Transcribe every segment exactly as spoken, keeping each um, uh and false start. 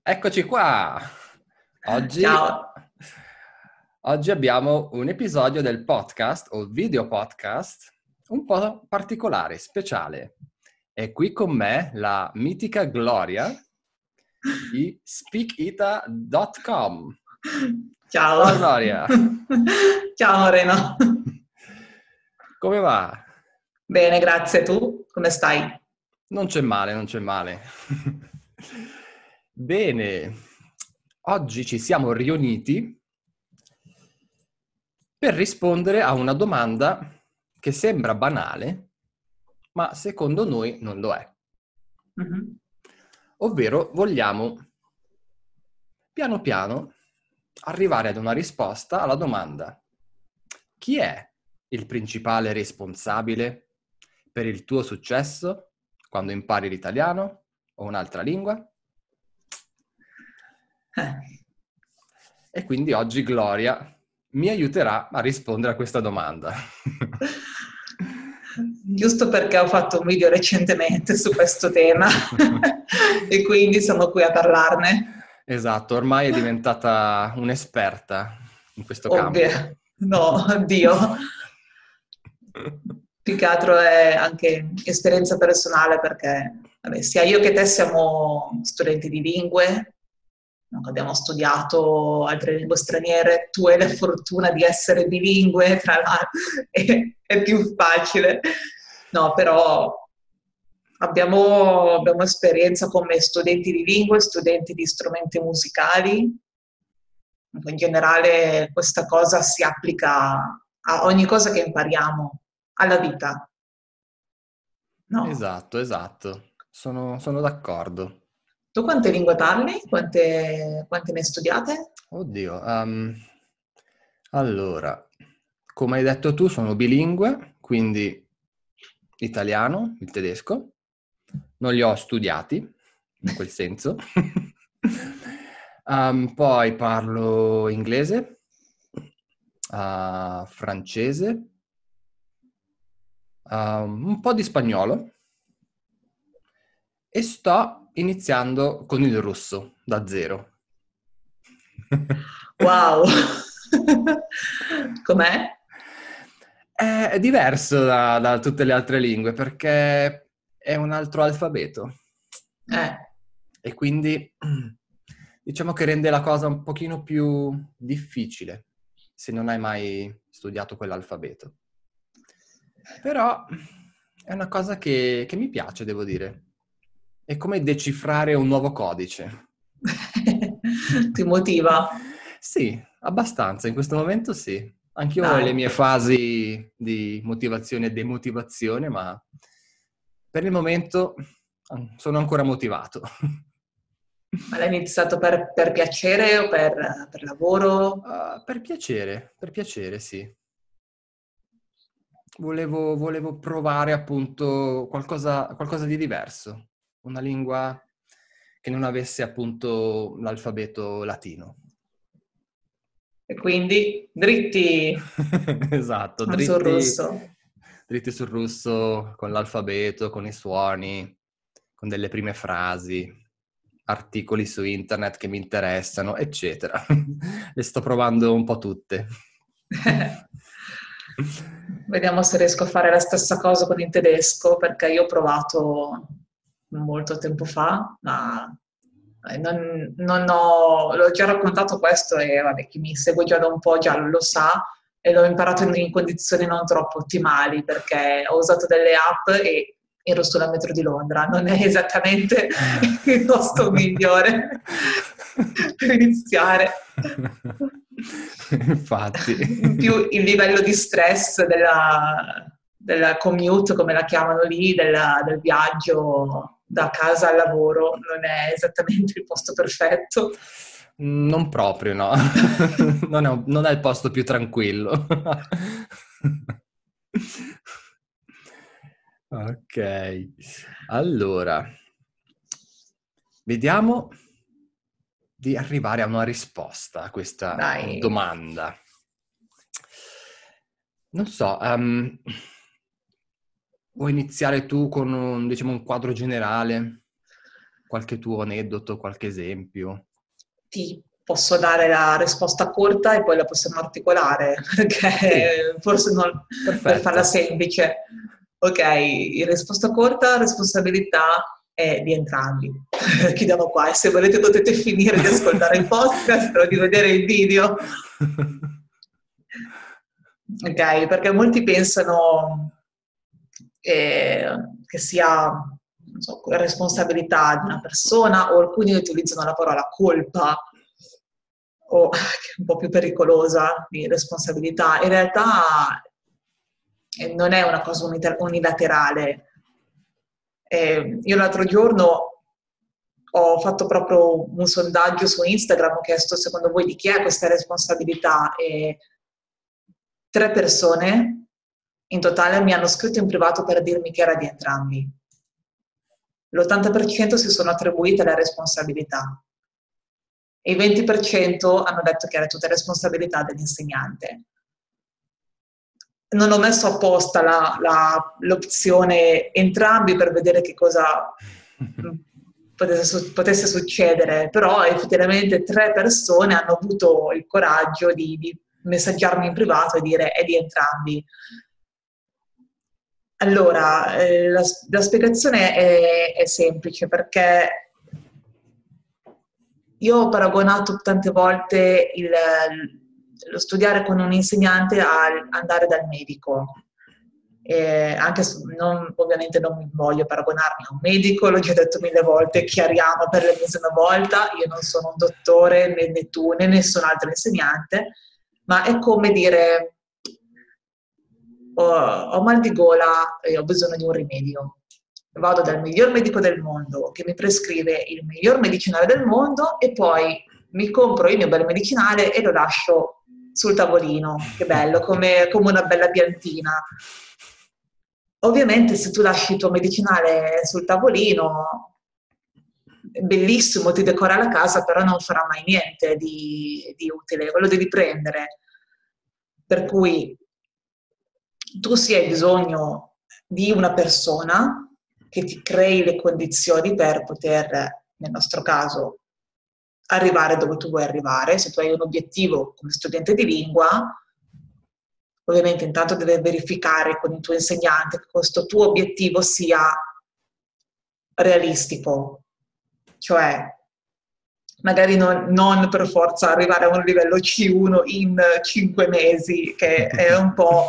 Eccoci qua! Oggi, Ciao. oggi abbiamo un episodio del podcast o video podcast un po' particolare, speciale. È qui con me la mitica Gloria di speak ita punto com. Ciao. Ciao Gloria! Ciao Moreno. Come va? Bene, grazie. Tu come stai? Non c'è male, non c'è male. Bene, oggi ci siamo riuniti per rispondere a una domanda che sembra banale, ma secondo noi non lo è. Mhm. Ovvero, vogliamo piano piano arrivare ad una risposta alla domanda: chi è il principale responsabile per il tuo successo quando impari l'italiano o un'altra lingua? Eh, E quindi oggi Gloria mi aiuterà a rispondere a questa domanda. Giusto perché ho fatto un video recentemente su questo tema e quindi sono qui a parlarne. Esatto, ormai è diventata un'esperta in questo campo. Ovvio. No, oddio. Più che altro è anche esperienza personale perché vabbè, sia io che te siamo studenti di lingue, no? Abbiamo studiato altre lingue straniere, tu hai la fortuna di essere bilingue, tra l'altro, è, è più facile. No, però abbiamo, abbiamo esperienza come studenti di lingue, studenti di strumenti musicali. In generale questa cosa si applica a ogni cosa che impariamo, alla vita, no? Esatto, esatto. Sono, sono d'accordo. Tu quante lingue parli? Quante, quante ne studiate? Oddio, ehm, allora, come hai detto tu, sono bilingue, quindi italiano, il tedesco. Non li ho studiati, in quel senso. Um, poi parlo inglese, uh, francese, um, un po' di spagnolo e sto iniziando con il russo, da zero. Wow! Com'è? È, è diverso da, da tutte le altre lingue perché è un altro alfabeto Eh, e quindi diciamo che rende la cosa un pochino più difficile se non hai mai studiato quell'alfabeto. Però è una cosa che, che mi piace, devo dire. È come decifrare un nuovo codice. ti motiva? Sì, abbastanza, in questo momento sì. Anch'io ho le Dai. mie fasi di motivazione e demotivazione, ma per il momento mm, sono ancora motivato. Ma l'hai iniziato per, per piacere o per, per lavoro? Uh, per piacere, per piacere, sì. Volevo, volevo provare appunto qualcosa, qualcosa di diverso, una lingua che non avesse appunto l'alfabeto latino. E quindi dritti Esatto, sul dritti, russo. dritti sul russo, con l'alfabeto, con i suoni, con delle prime frasi, articoli su internet che mi interessano, eccetera. Le sto provando un po' tutte. Vediamo se riesco a fare la stessa cosa con il tedesco, perché io ho provato molto tempo fa, ma eh, non, non ho, l'ho già raccontato questo e vabbè, chi mi segue già da un po' già lo sa, e l'ho imparato in, in condizioni non troppo ottimali, perché ho usato delle app e ero sulla metro di Londra, non è esattamente il posto migliore per iniziare. Infatti. In più il livello di stress della, della commute, come la chiamano lì, della, del viaggio da casa al lavoro, non è esattamente il posto perfetto. Non proprio, no. Non è, un- non è il posto più tranquillo. Ok, allora, vediamo di arrivare a una risposta a questa Dai. domanda. Non so, ehm, vuoi iniziare tu con un, diciamo, un quadro generale? qualche tuo aneddoto, qualche esempio? Ti posso dare la risposta corta e poi la possiamo articolare, perché Sì, forse non, per farla perfetto. semplice. Ok, risposta corta, responsabilità è di entrambi. Chiudiamo qua e se volete potete finire di ascoltare il podcast o di vedere il video. Ok, perché molti pensano eh, che sia non so, responsabilità di una persona, o alcuni utilizzano la parola colpa, o che è un po' più pericolosa di responsabilità. In realtà eh, non è una cosa unilaterale. Eh, io l'altro giorno ho fatto proprio un sondaggio su Instagram, ho chiesto secondo voi di chi è questa responsabilità, e tre persone in totale mi hanno scritto in privato per dirmi che era di entrambi. L'ottanta per cento si sono attribuite la responsabilità e il venti per cento hanno detto che era tutta responsabilità dell'insegnante. Non ho messo apposta la, la, l'opzione entrambi per vedere che cosa potesse, potesse succedere, però effettivamente tre persone hanno avuto il coraggio di, di messaggiarmi in privato e dire è di entrambi. Allora, eh, la, la spiegazione è, è semplice, perché io ho paragonato tante volte il, lo studiare con un insegnante a andare dal medico. Eh, anche se non, ovviamente non mi voglio paragonarmi a un medico, l'ho già detto mille volte, chiariamo per l'ennesima volta, io non sono un dottore, né, né tu, né nessun altro insegnante, ma è come dire ho, ho mal di gola e ho bisogno di un rimedio. Vado dal miglior medico del mondo che mi prescrive il miglior medicinale del mondo e poi mi compro il mio bel medicinale e lo lascio sul tavolino, che bello, come, come una bella piantina. Ovviamente se tu lasci il tuo medicinale sul tavolino, bellissimo, ti decora la casa, però non farà mai niente di, di utile, lo devi prendere. Per cui tu sì hai bisogno di una persona che ti crei le condizioni per poter, nel nostro caso, arrivare dove tu vuoi arrivare. Se tu hai un obiettivo come studente di lingua, ovviamente intanto devi verificare con il tuo insegnante che questo tuo obiettivo sia realistico, cioè magari non, non per forza arrivare a un livello C uno in cinque mesi, che è un po'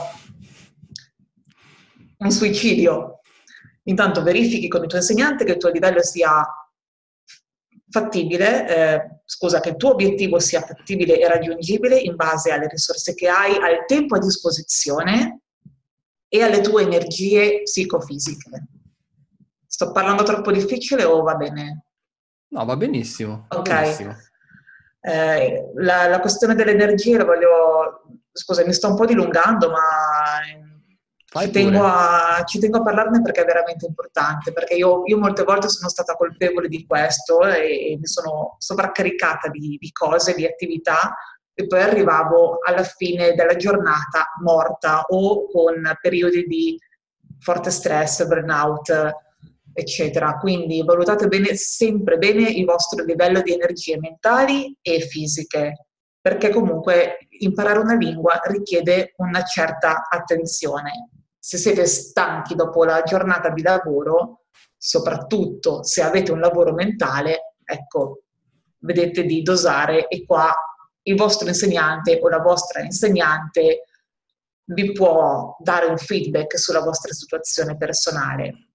un suicidio. Intanto verifichi con il tuo insegnante che il tuo livello sia fattibile, eh, scusa, che il tuo obiettivo sia fattibile e raggiungibile in base alle risorse che hai, al tempo a disposizione e alle tue energie psicofisiche. Sto parlando troppo difficile o va bene? No, va benissimo, va Ok. benissimo. Eh, la, la questione delle energie la voglio... Scusa, mi sto un po' dilungando, ma Fai ci tengo pure. a, ci tengo a parlarne perché è veramente importante, perché io, io molte volte sono stata colpevole di questo e, e mi sono sovraccaricata di, di cose, di attività, e poi arrivavo alla fine della giornata morta o con periodi di forte stress, burnout, eccetera. Quindi valutate bene, sempre bene il vostro livello di energie mentali e fisiche, perché comunque imparare una lingua richiede una certa attenzione. Se siete stanchi dopo la giornata di lavoro, soprattutto se avete un lavoro mentale, ecco, vedete di dosare, e qua il vostro insegnante o la vostra insegnante vi può dare un feedback sulla vostra situazione personale.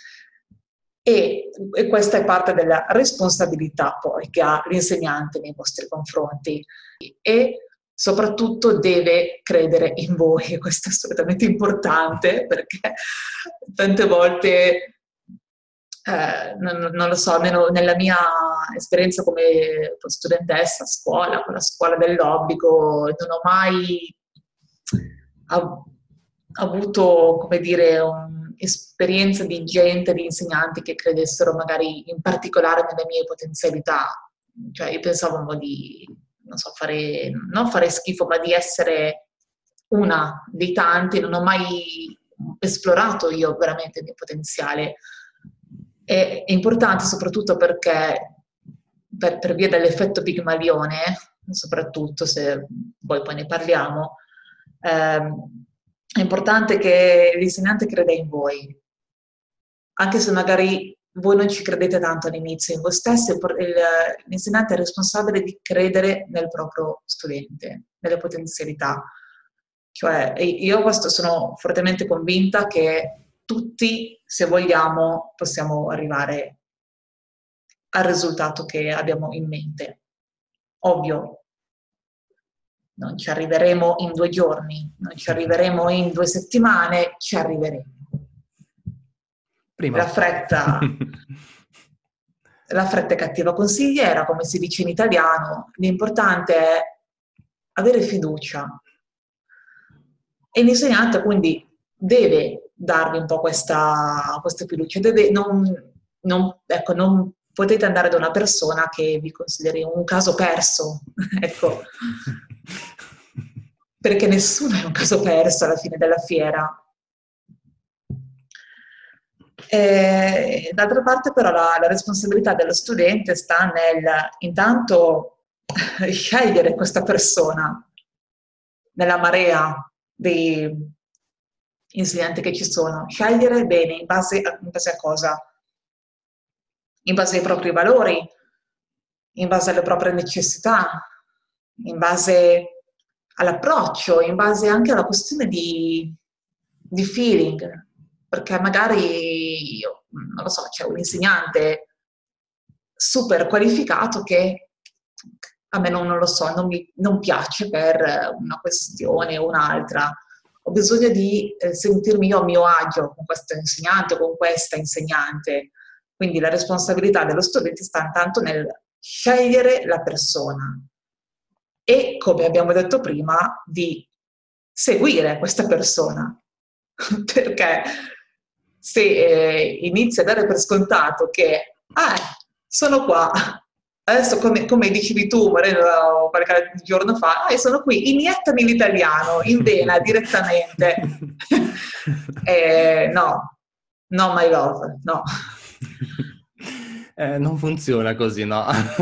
E, e questa è parte della responsabilità poi che ha l'insegnante nei vostri confronti. E soprattutto deve credere in voi, e questo è assolutamente importante, perché tante volte Eh, non, non lo so, almeno nella mia esperienza come studentessa a scuola, con la scuola dell'obbligo, non ho mai av- avuto, come dire, un'esperienza di gente, di insegnanti che credessero magari in particolare nelle mie potenzialità. Cioè io pensavo di, non so, fare, non fare schifo, ma di essere una dei tanti, non ho mai esplorato io veramente il mio potenziale. è importante soprattutto perché per, per via dell'effetto Pigmalione, soprattutto se poi, poi ne parliamo, ehm, è importante che l'insegnante creda in voi, anche se magari voi non ci credete tanto all'inizio in voi stessi, il- il- l'insegnante è responsabile di credere nel proprio studente, nelle potenzialità. Cioè, e io questo sono fortemente convinta che tutti, se vogliamo, possiamo arrivare al risultato che abbiamo in mente. Ovvio, non ci arriveremo in due giorni, non ci arriveremo in due settimane, ci arriveremo. Prima La o poi. fretta, la fretta è cattiva consigliera, come si dice in italiano. L'importante è avere fiducia. E l'insegnante quindi deve darvi un po' questa, questa fiducia. Deve, non, non, ecco, non potete andare da una persona che vi consideri un caso perso, ecco, perché nessuno è un caso perso alla fine della fiera. E, d'altra parte però la, la responsabilità dello studente sta nel intanto scegliere questa persona nella marea di insegnanti che ci sono, scegliere bene in base a, in base a cosa? In base ai propri valori, in base alle proprie necessità, in base all'approccio, in base anche alla questione di, di feeling, perché magari, io, non lo so, c'è un insegnante super qualificato che a me non, non lo so, non mi non piace per una questione o un'altra. Ho bisogno di eh, sentirmi io a mio agio con questo insegnante o con questa insegnante. Quindi la responsabilità dello studente sta intanto nel scegliere la persona e, come abbiamo detto prima, di seguire questa persona. Perché se eh, inizi a dare per scontato che ah, sono qua, adesso come, come dicevi tu, Moreno, qualche giorno fa, ah, sono qui, iniettami l'italiano, in vena, direttamente. eh, no, no, my love, no. Eh, non funziona così, no?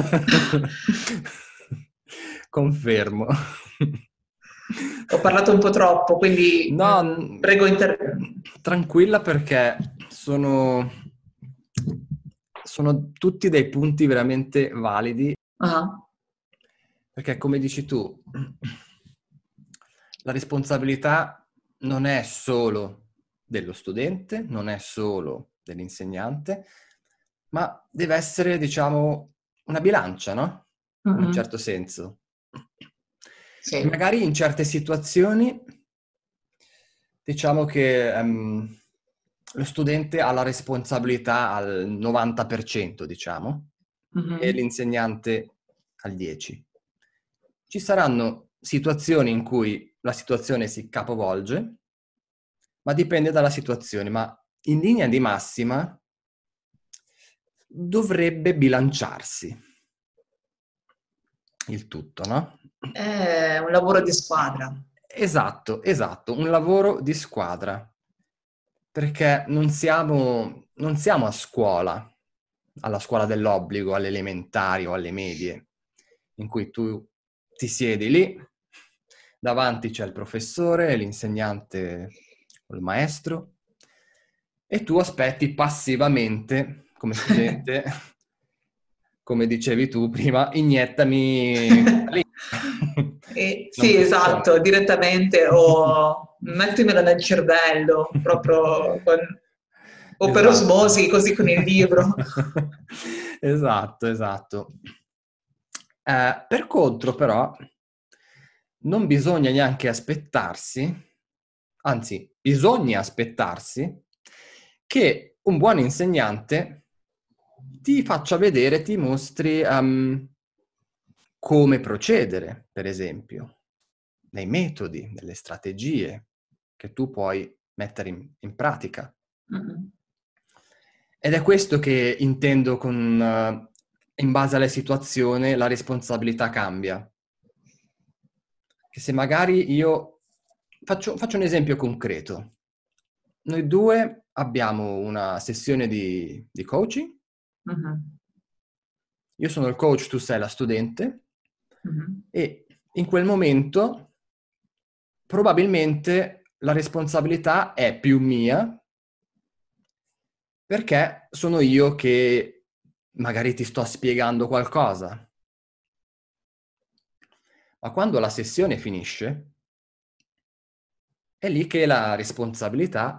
Confermo. Ho parlato un po' troppo, quindi No, mh, n- prego inter... tranquilla perché sono, sono tutti dei punti veramente validi. Ah, Perché come dici tu, la responsabilità non è solo dello studente, non è solo dell'insegnante, ma deve essere, diciamo, una bilancia, no? In un mm-mm, certo senso. E sì. magari in certe situazioni, diciamo che ehm, lo studente ha la responsabilità al novanta per cento, diciamo, e Mhm. l'insegnante al dieci per cento. Ci saranno situazioni in cui la situazione si capovolge, ma dipende dalla situazione, ma in linea di massima dovrebbe bilanciarsi il tutto, no? È un lavoro di squadra. Esatto, esatto, un lavoro di squadra, perché non siamo, non siamo a scuola, alla scuola dell'obbligo, alle elementari o alle medie, in cui tu ti siedi lì, davanti c'è il professore, l'insegnante o il maestro, e tu aspetti passivamente, come studente, come dicevi tu prima, iniettami lì. E, Non sì, funziona. esatto, direttamente o mettimela nel cervello, proprio con, o per Esatto. osmosi, così con il libro. Esatto, esatto. Eh, per contro, però, non bisogna neanche aspettarsi, anzi, bisogna aspettarsi che un buon insegnante ti faccia vedere, ti mostri um, come procedere, per esempio, nei metodi, nelle strategie che tu puoi mettere in, in pratica. Mm-mm. Ed è questo che intendo con, uh, in base alla situazione, la responsabilità cambia. Che se magari io... Faccio, faccio un esempio concreto. Noi due abbiamo una sessione di, di coaching. Mm-hmm. Io sono il coach, tu sei la studente. Mm-hmm. E in quel momento probabilmente la responsabilità è più mia, perché sono io che magari ti sto spiegando qualcosa. Ma quando la sessione finisce, è lì che la responsabilità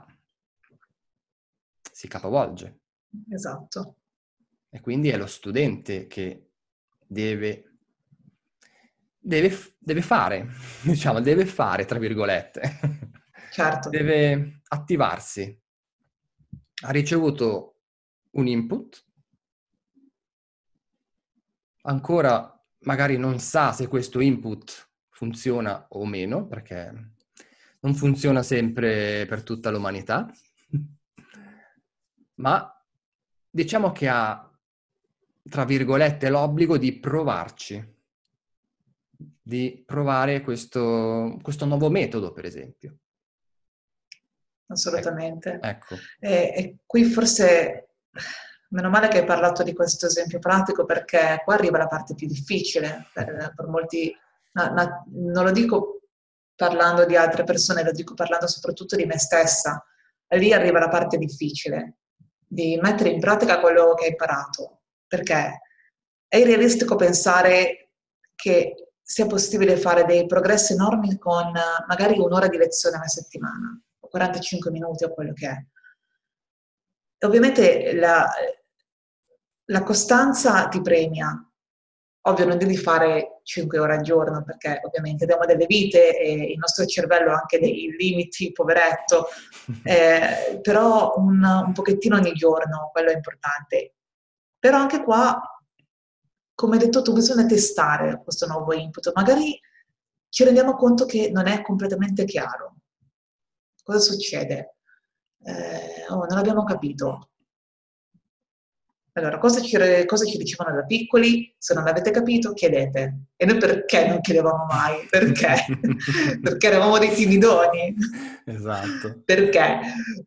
si capovolge. Esatto. E quindi è lo studente che deve, deve, deve fare, diciamo, deve fare, tra virgolette. Certo. Deve attivarsi. Ha ricevuto un input, ancora magari non sa se questo input funziona o meno, perché non funziona sempre per tutta l'umanità, ma diciamo che ha, tra virgolette, l'obbligo di provarci, di provare questo, questo nuovo metodo, per esempio. Assolutamente. Ecco. E, e qui forse, meno male che hai parlato di questo esempio pratico, perché qua arriva la parte più difficile per, per molti, ma, ma non lo dico parlando di altre persone, lo dico parlando soprattutto di me stessa. E lì arriva la parte difficile, di mettere in pratica quello che hai imparato, perché è irrealistico pensare che sia possibile fare dei progressi enormi con magari un'ora di lezione alla settimana, o quarantacinque minuti o quello che è. E ovviamente la, la costanza ti premia. Ovvio non devi fare cinque ore al giorno, perché ovviamente abbiamo delle vite e il nostro cervello ha anche dei limiti, poveretto, eh, però un, un pochettino ogni giorno, quello è importante. Però anche qua, come hai detto tu, bisogna testare questo nuovo input. Magari ci rendiamo conto che non è completamente chiaro. Cosa succede? Eh, oh, non abbiamo capito. Allora, cosa ci, cosa ci dicevano da piccoli? Se non l'avete capito, chiedete. E noi perché non chiedevamo mai? Perché? Perché eravamo dei timidoni. Esatto. Perché?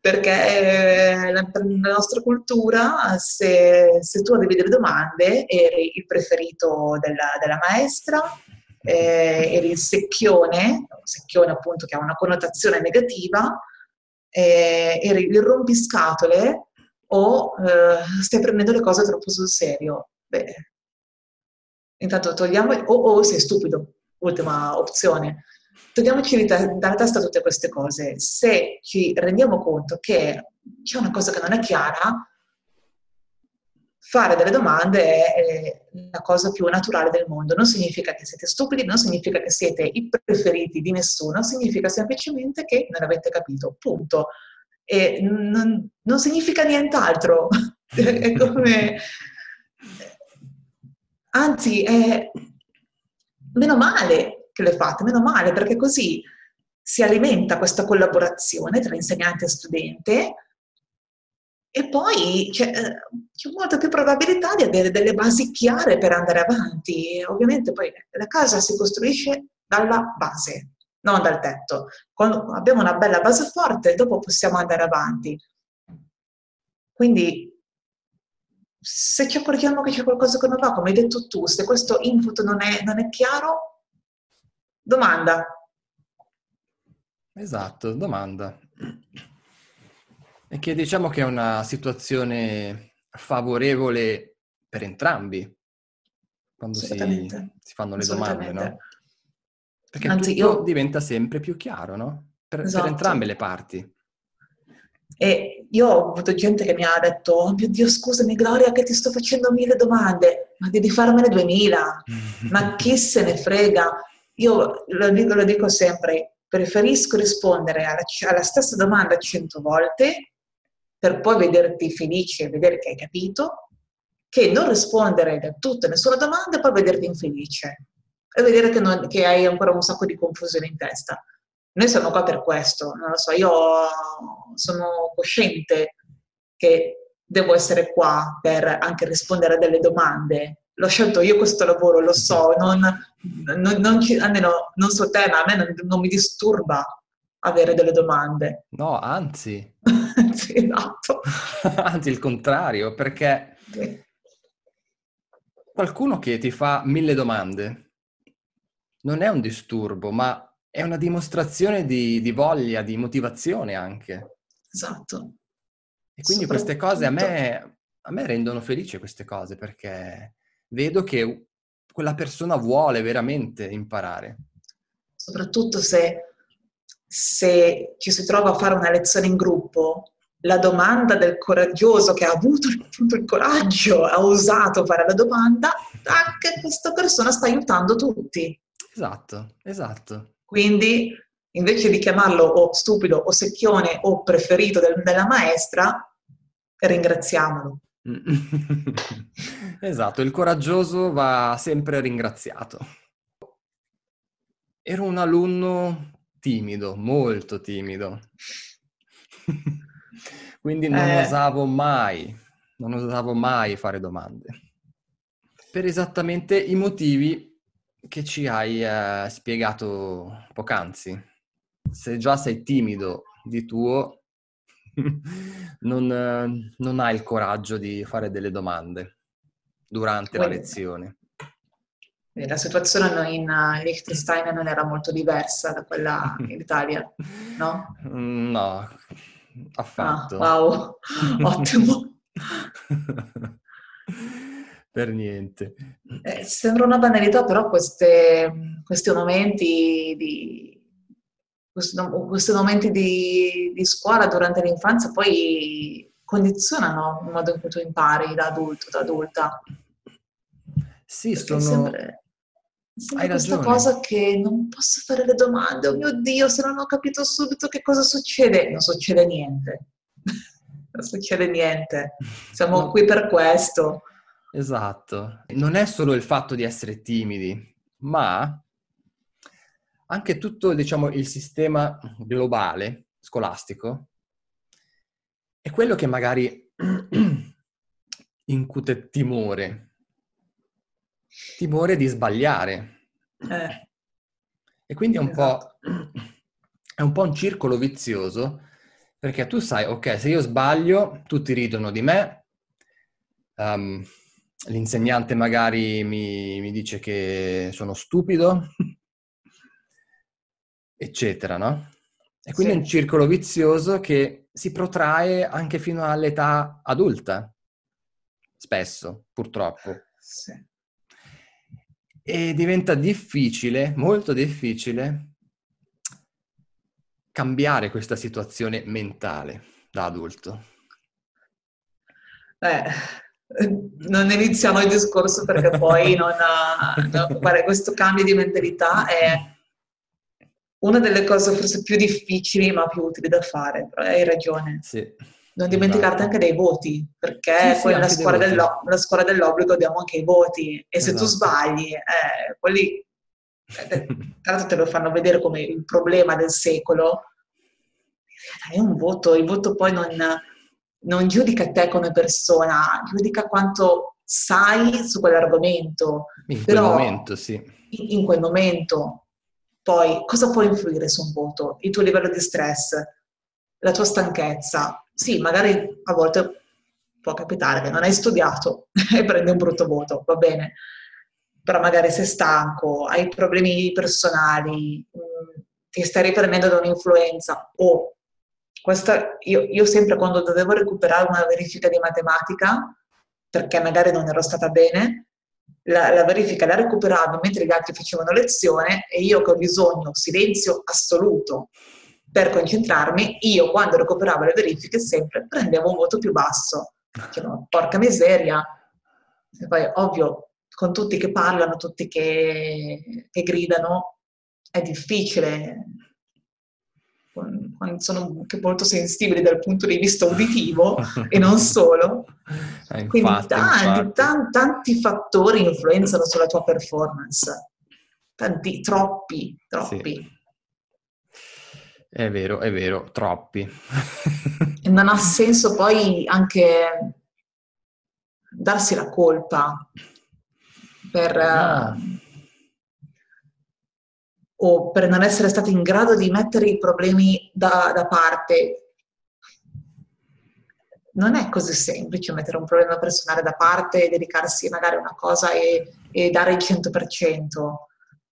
Perché nella nostra cultura, se, se tu avevi delle domande, eri il preferito della, della maestra, eh, eri il secchione, secchione appunto che ha una connotazione negativa, eh, eri il rompiscatole, o eh, stai prendendo le cose troppo sul serio. Beh, intanto togliamo, o, o sei stupido, ultima opzione. Togliamoci te- dalla testa tutte queste cose. Se ci rendiamo conto che c'è una cosa che non è chiara, fare delle domande è, è la cosa più naturale del mondo. Non significa che siete stupidi, non significa che siete i preferiti di nessuno, significa semplicemente che non avete capito, punto. E non, non significa nient'altro. È come... Anzi, è meno male che le fate, meno male, perché così si alimenta questa collaborazione tra insegnante e studente e poi c'è, c'è molta più probabilità di avere delle basi chiare per andare avanti. E ovviamente poi la casa si costruisce dalla base, non dal tetto. Quando abbiamo una bella base forte, dopo possiamo andare avanti. Quindi, se ci accorgiamo che c'è qualcosa che non va, come hai detto tu, se questo input non è, non è chiaro, domanda. Esatto, domanda. E che diciamo che è una situazione favorevole per entrambi, quando si, si fanno le domande, no? Perché Anzi, tutto io... diventa sempre più chiaro, no? Per, per entrambe Esatto. le parti. E io ho avuto gente che mi ha detto: oh mio Dio, scusami Gloria che ti sto facendo mille domande, ma devi farmene duemila, ma chi se ne frega? Io lo dico, lo dico sempre, preferisco rispondere alla, alla stessa domanda cento volte per poi vederti felice e vedere che hai capito, che non rispondere da tutte nessuna domanda e poi vederti infelice e vedere che, non, che hai ancora un sacco di confusione in testa. Noi siamo qua per questo, non lo so, io sono cosciente che devo essere qua per anche rispondere a delle domande. L'ho scelto io questo lavoro, lo so, non, non, non ci, almeno non so te, ma a me non, non mi disturba avere delle domande. No, anzi, Anzi, esatto. Anzi, il contrario, perché Sì. qualcuno che ti fa mille domande non è un disturbo, ma è una dimostrazione di, di voglia, di motivazione anche. Esatto. E quindi queste cose a Soprattutto, me, a me rendono felice queste cose, perché vedo che quella persona vuole veramente imparare. soprattutto se, se ci si trova a fare una lezione in gruppo, la domanda del coraggioso che ha avuto appunto il coraggio, ha osato fare la domanda, tac, questa persona sta aiutando tutti. Esatto, esatto. Quindi, invece di chiamarlo o stupido o secchione o preferito del- della maestra, ringraziamolo. Esatto, il coraggioso va sempre ringraziato. Ero un alunno timido, molto timido. Quindi non Eh, osavo mai, non osavo mai fare domande. Per esattamente i motivi che ci hai eh, spiegato poc'anzi. Se già sei timido di tuo, non, eh, non hai il coraggio di fare delle domande durante la quindi, lezione. la situazione in uh, Liechtenstein non era molto diversa da quella in Italia, no? No, Ah, affatto. wow, ottimo. Per niente. Eh, sembra una banalità, però queste, questi momenti di, questi, questi momenti di, di scuola durante l'infanzia poi condizionano il modo in cui tu impari da adulto, da adulta. Sì, Perché è sono... sempre, è Hai sempre questa ragione. cosa che non posso fare le domande, oh mio Dio, se non ho capito subito che cosa succede, non succede niente. Non succede niente. Siamo No, qui per questo. esatto. Non è solo il fatto di essere timidi, ma anche tutto, diciamo, il sistema globale, scolastico, è quello che magari incute timore. Timore di sbagliare. Eh, E quindi è un esatto. po', è un po' un circolo vizioso, perché tu sai, ok, se io sbaglio, tutti ridono di me, um, l'insegnante magari mi, mi dice che sono stupido, eccetera, no? E quindi è un Sì, circolo vizioso che si protrae anche fino all'età adulta, spesso, purtroppo. sì. E diventa difficile, molto difficile, cambiare questa situazione mentale da adulto. Eh, non iniziamo il discorso perché poi non ha, no, guarda, questo cambio di mentalità è una delle cose forse più difficili ma più utili da fare, però hai ragione. Sì, Non dimenticarti anche esatto. dei voti, Sì, perché sì, poi nella anche dei scuola, voti. dell'o- nella scuola dell'obbligo diamo anche i voti e se tu Esatto. sbagli, eh, quelli eh, te- tra l'altro te lo fanno vedere come il problema del secolo. È un voto, il voto poi non, non giudica te come persona, giudica quanto sai su quell'argomento, In quel però momento, sì. in, in quel momento poi cosa può influire su un voto? Il tuo livello di stress, la tua stanchezza. Sì, magari a volte può capitare che non hai studiato e prendi un brutto voto, va bene, però magari sei stanco, hai problemi personali, mh, ti stai riprendendo da un'influenza o questa, io, io sempre quando dovevo recuperare una verifica di matematica, perché magari non ero stata bene, la, la verifica la recuperavo mentre gli altri facevano lezione e io che ho bisogno silenzio assoluto per concentrarmi, io quando recuperavo le verifiche sempre prendevo un voto più basso. Dicevo, porca miseria. E poi, ovvio, con tutti che parlano, tutti che, che gridano, è difficile, con- quando sono anche molto sensibili dal punto di vista uditivo e non solo. Eh, Quindi infatti, tanti, infatti. tan- tanti fattori influenzano sulla tua performance. Tanti, troppi, Sì. troppi. È vero, è vero, troppi. E non ha senso poi anche darsi la colpa per, No. eh, o per non essere stati in grado di mettere i problemi da, da parte. non è così semplice mettere un problema personale da parte e dedicarsi magari a una cosa e, e dare il cento per cento.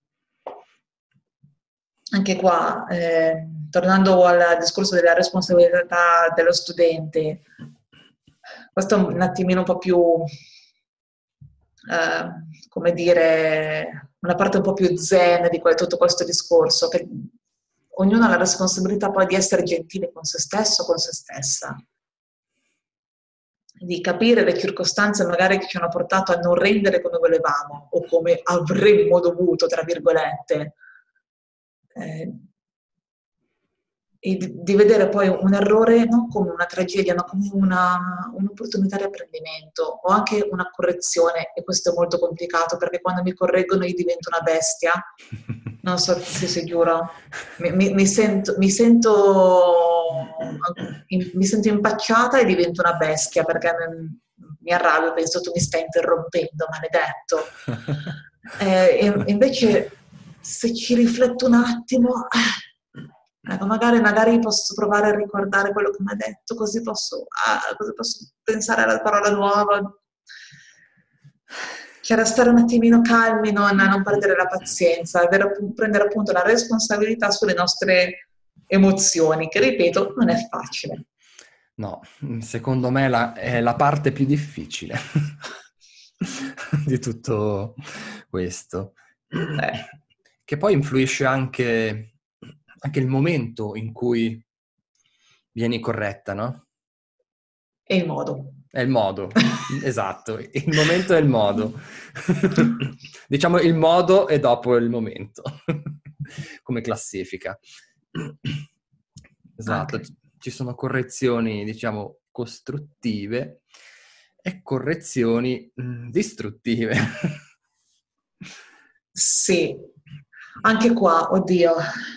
Anche qua, eh, tornando al discorso della responsabilità dello studente, questo è un attimino un po' più, eh, come dire, una parte un po' più zen di tutto questo discorso, che ognuno ha la responsabilità poi di essere gentile con se stesso, con se stessa, di capire le circostanze magari che ci hanno portato a non rendere come volevamo o come avremmo dovuto, tra virgolette, eh, e di, di vedere poi un errore non come una tragedia, ma come una, un'opportunità di apprendimento o anche una correzione, e questo è molto complicato perché quando mi correggono io divento una bestia, non so se si giuro, mi, mi, mi, sento, mi, sento, mi sento impacciata e divento una bestia perché mi, mi arrabbio, penso tu mi stai interrompendo, maledetto. Eh, e invece se ci rifletto un attimo, ecco, magari, magari posso provare a ricordare quello che mi ha detto, così posso, ah, così posso pensare alla parola nuova. Cioè, stare un attimino calmi, non, non perdere la pazienza, avere, prendere appunto la responsabilità sulle nostre emozioni, che ripeto, non è facile. No, secondo me la, è la parte più difficile di tutto questo. Eh. Che poi influisce anche, anche il momento in cui vieni corretta, no? E il modo. È il modo, esatto, il momento è il modo. Diciamo il modo e dopo il momento, come classifica. Esatto, Anche. Ci sono correzioni, diciamo, costruttive e correzioni mh, distruttive. Sì, anche qua, oddio.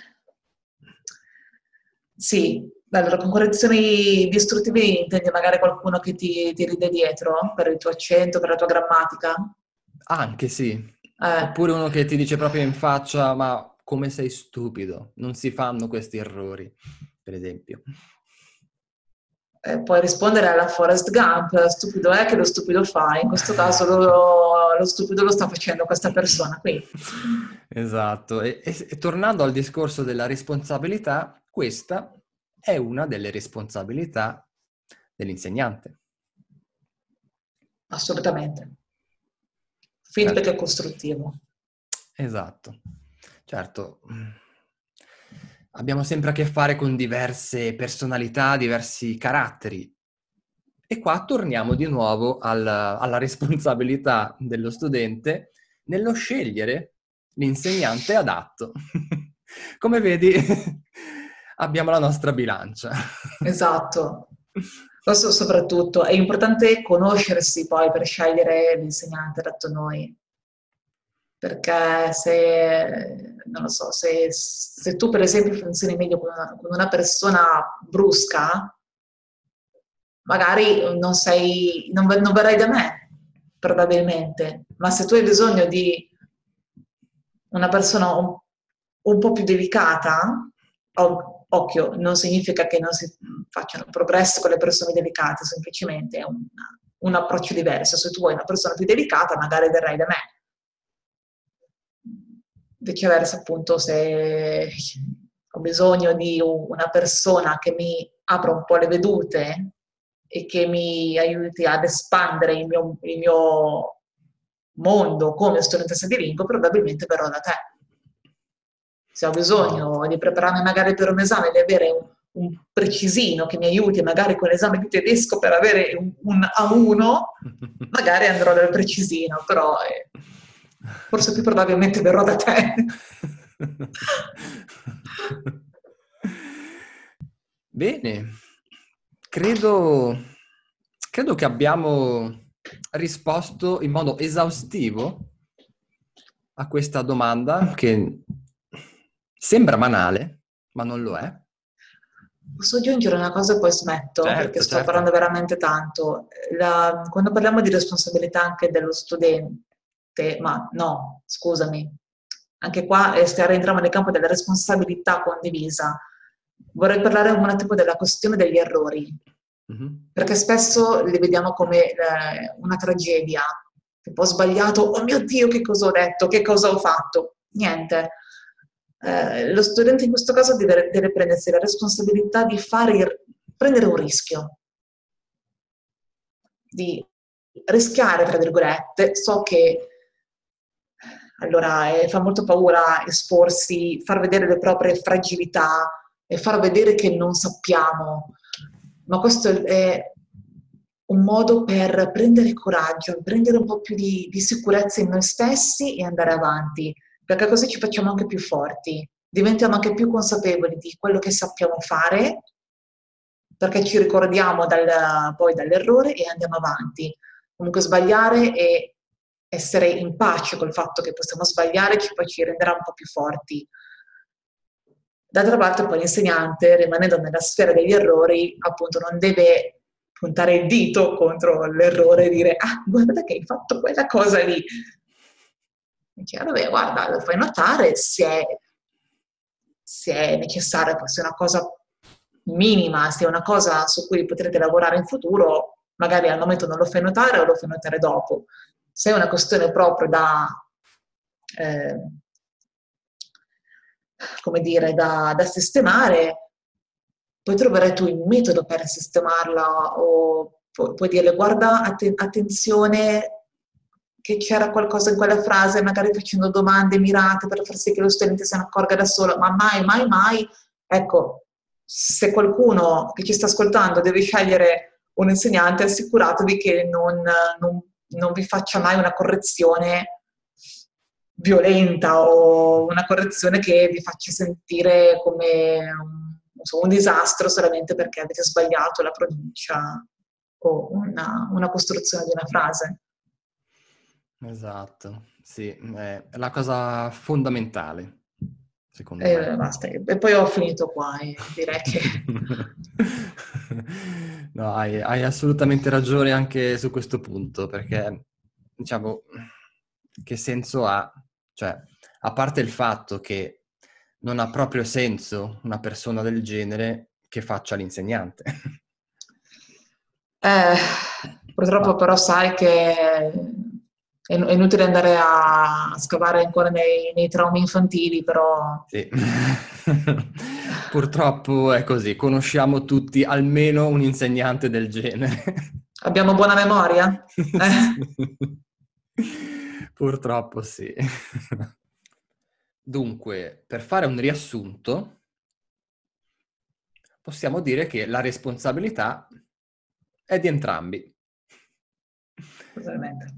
Sì, allora con correzioni distruttive intendi magari qualcuno che ti, ti ride dietro per il tuo accento, per la tua grammatica? Anche sì. Eh. Oppure uno che ti dice proprio in faccia, ma come sei stupido, non si fanno questi errori, per esempio. Eh, puoi rispondere alla Forrest Gump, stupido è che lo stupido fa, in questo caso lo, lo stupido lo sta facendo questa persona qui. Esatto, e, e, e tornando al discorso della responsabilità, questa è una delle responsabilità dell'insegnante. Assolutamente. Feedback certo. Costruttivo. Esatto, certo. Abbiamo sempre a che fare con diverse personalità, diversi caratteri. E qua torniamo di nuovo al, alla responsabilità dello studente nello scegliere l'insegnante adatto. Come vedi, abbiamo la nostra bilancia. Esatto. Questo soprattutto. È importante conoscersi poi per scegliere l'insegnante adatto a noi. Perché se, non lo so, se, se tu per esempio funzioni meglio con una, con una persona brusca, magari non sei, non, non verrai da me, probabilmente. Ma se tu hai bisogno di una persona un, un po' più delicata, o, occhio, non significa che non si facciano progressi con le persone delicate, semplicemente è un, un approccio diverso. Se tu vuoi una persona più delicata, magari verrai da me. Viceversa, appunto, se ho bisogno di una persona che mi apra un po' le vedute e che mi aiuti ad espandere il mio, il mio mondo come studentessa di lingua, probabilmente verrò da te. Se ho bisogno di prepararmi magari per un esame, di avere un, un precisino che mi aiuti magari con l'esame di tedesco per avere un, un A uno, magari andrò dal precisino, però eh, forse più probabilmente verrò da te. Bene, credo, credo che abbiamo risposto in modo esaustivo a questa domanda che sembra banale, ma non lo è. Posso aggiungere una cosa e poi smetto, Certo, perché sto certo. parlando veramente tanto. La, quando parliamo di responsabilità anche dello studente, ma no, scusami, anche qua eh, rientriamo nel campo della responsabilità condivisa. Vorrei parlare un attimo della questione degli errori. Mm-hmm. Perché spesso li vediamo come eh, una tragedia. Tipo, ho sbagliato, oh mio Dio, che cosa ho detto, che cosa ho fatto? Niente. Eh, lo studente in questo caso deve, deve prendersi la responsabilità di fare, prendere un rischio, di rischiare, tra virgolette. So che allora eh, fa molto paura esporsi, far vedere le proprie fragilità e far vedere che non sappiamo, ma questo è un modo per prendere coraggio, prendere un po' più di, di sicurezza in noi stessi e andare avanti, perché così ci facciamo anche più forti, diventiamo anche più consapevoli di quello che sappiamo fare, perché ci ricordiamo dal, poi dall'errore e andiamo avanti. Comunque sbagliare e essere in pace col fatto che possiamo sbagliare ci, poi ci renderà un po' più forti. D'altra parte poi l'insegnante, rimanendo nella sfera degli errori, appunto non deve puntare il dito contro l'errore e dire ah, guarda che hai fatto quella cosa lì. Dice, ah, vabbè, guarda, lo fai notare se è, se è necessario, se è una cosa minima, se è una cosa su cui potrete lavorare in futuro, magari al momento non lo fai notare o lo fai notare dopo. Se è una questione proprio da, eh, come dire, da, da sistemare, poi troverai tu il metodo per sistemarla o pu- puoi dirle guarda, atten- attenzione che c'era qualcosa in quella frase, magari facendo domande mirate per far sì che lo studente se ne accorga da solo, ma mai, mai, mai, ecco, se qualcuno che ci sta ascoltando deve scegliere un insegnante, assicuratevi che non, non, non vi faccia mai una correzione violenta o una correzione che vi faccia sentire come un, so, un disastro solamente perché avete sbagliato la pronuncia o una, una costruzione di una frase. Esatto, sì, è la cosa fondamentale, secondo E me. basta. E poi ho finito qua e direi che... No, hai, hai assolutamente ragione anche su questo punto, perché, diciamo, che senso ha? Cioè, a parte il fatto che non ha proprio senso una persona del genere che faccia l'insegnante. Eh, purtroppo Ma però sai che è, è inutile andare a scavare ancora nei, nei traumi infantili, però... sì, purtroppo è così, conosciamo tutti almeno un insegnante del genere. Abbiamo buona memoria? Eh? Sì. Purtroppo sì. Dunque, per fare un riassunto, possiamo dire che la responsabilità è di entrambi. Totalmente.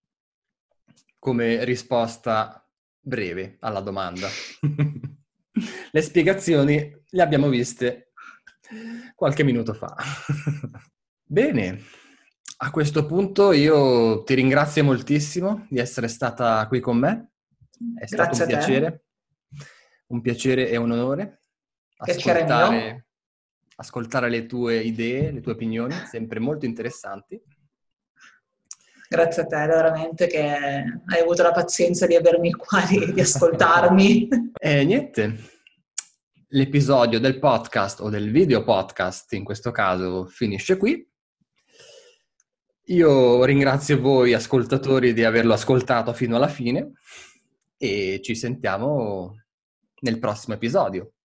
Come risposta breve alla domanda. Le spiegazioni le abbiamo viste qualche minuto fa. Bene, a questo punto io ti ringrazio moltissimo di essere stata qui con me. È stato un Grazie a te. piacere, un piacere e un onore Piacere mio. ascoltare, ascoltare le tue idee, le tue opinioni, sempre molto interessanti. Grazie a te, veramente, che hai avuto la pazienza di avermi qua, di, di ascoltarmi. E niente, l'episodio del podcast o del video podcast in questo caso finisce qui. Io ringrazio voi ascoltatori di averlo ascoltato fino alla fine e ci sentiamo nel prossimo episodio.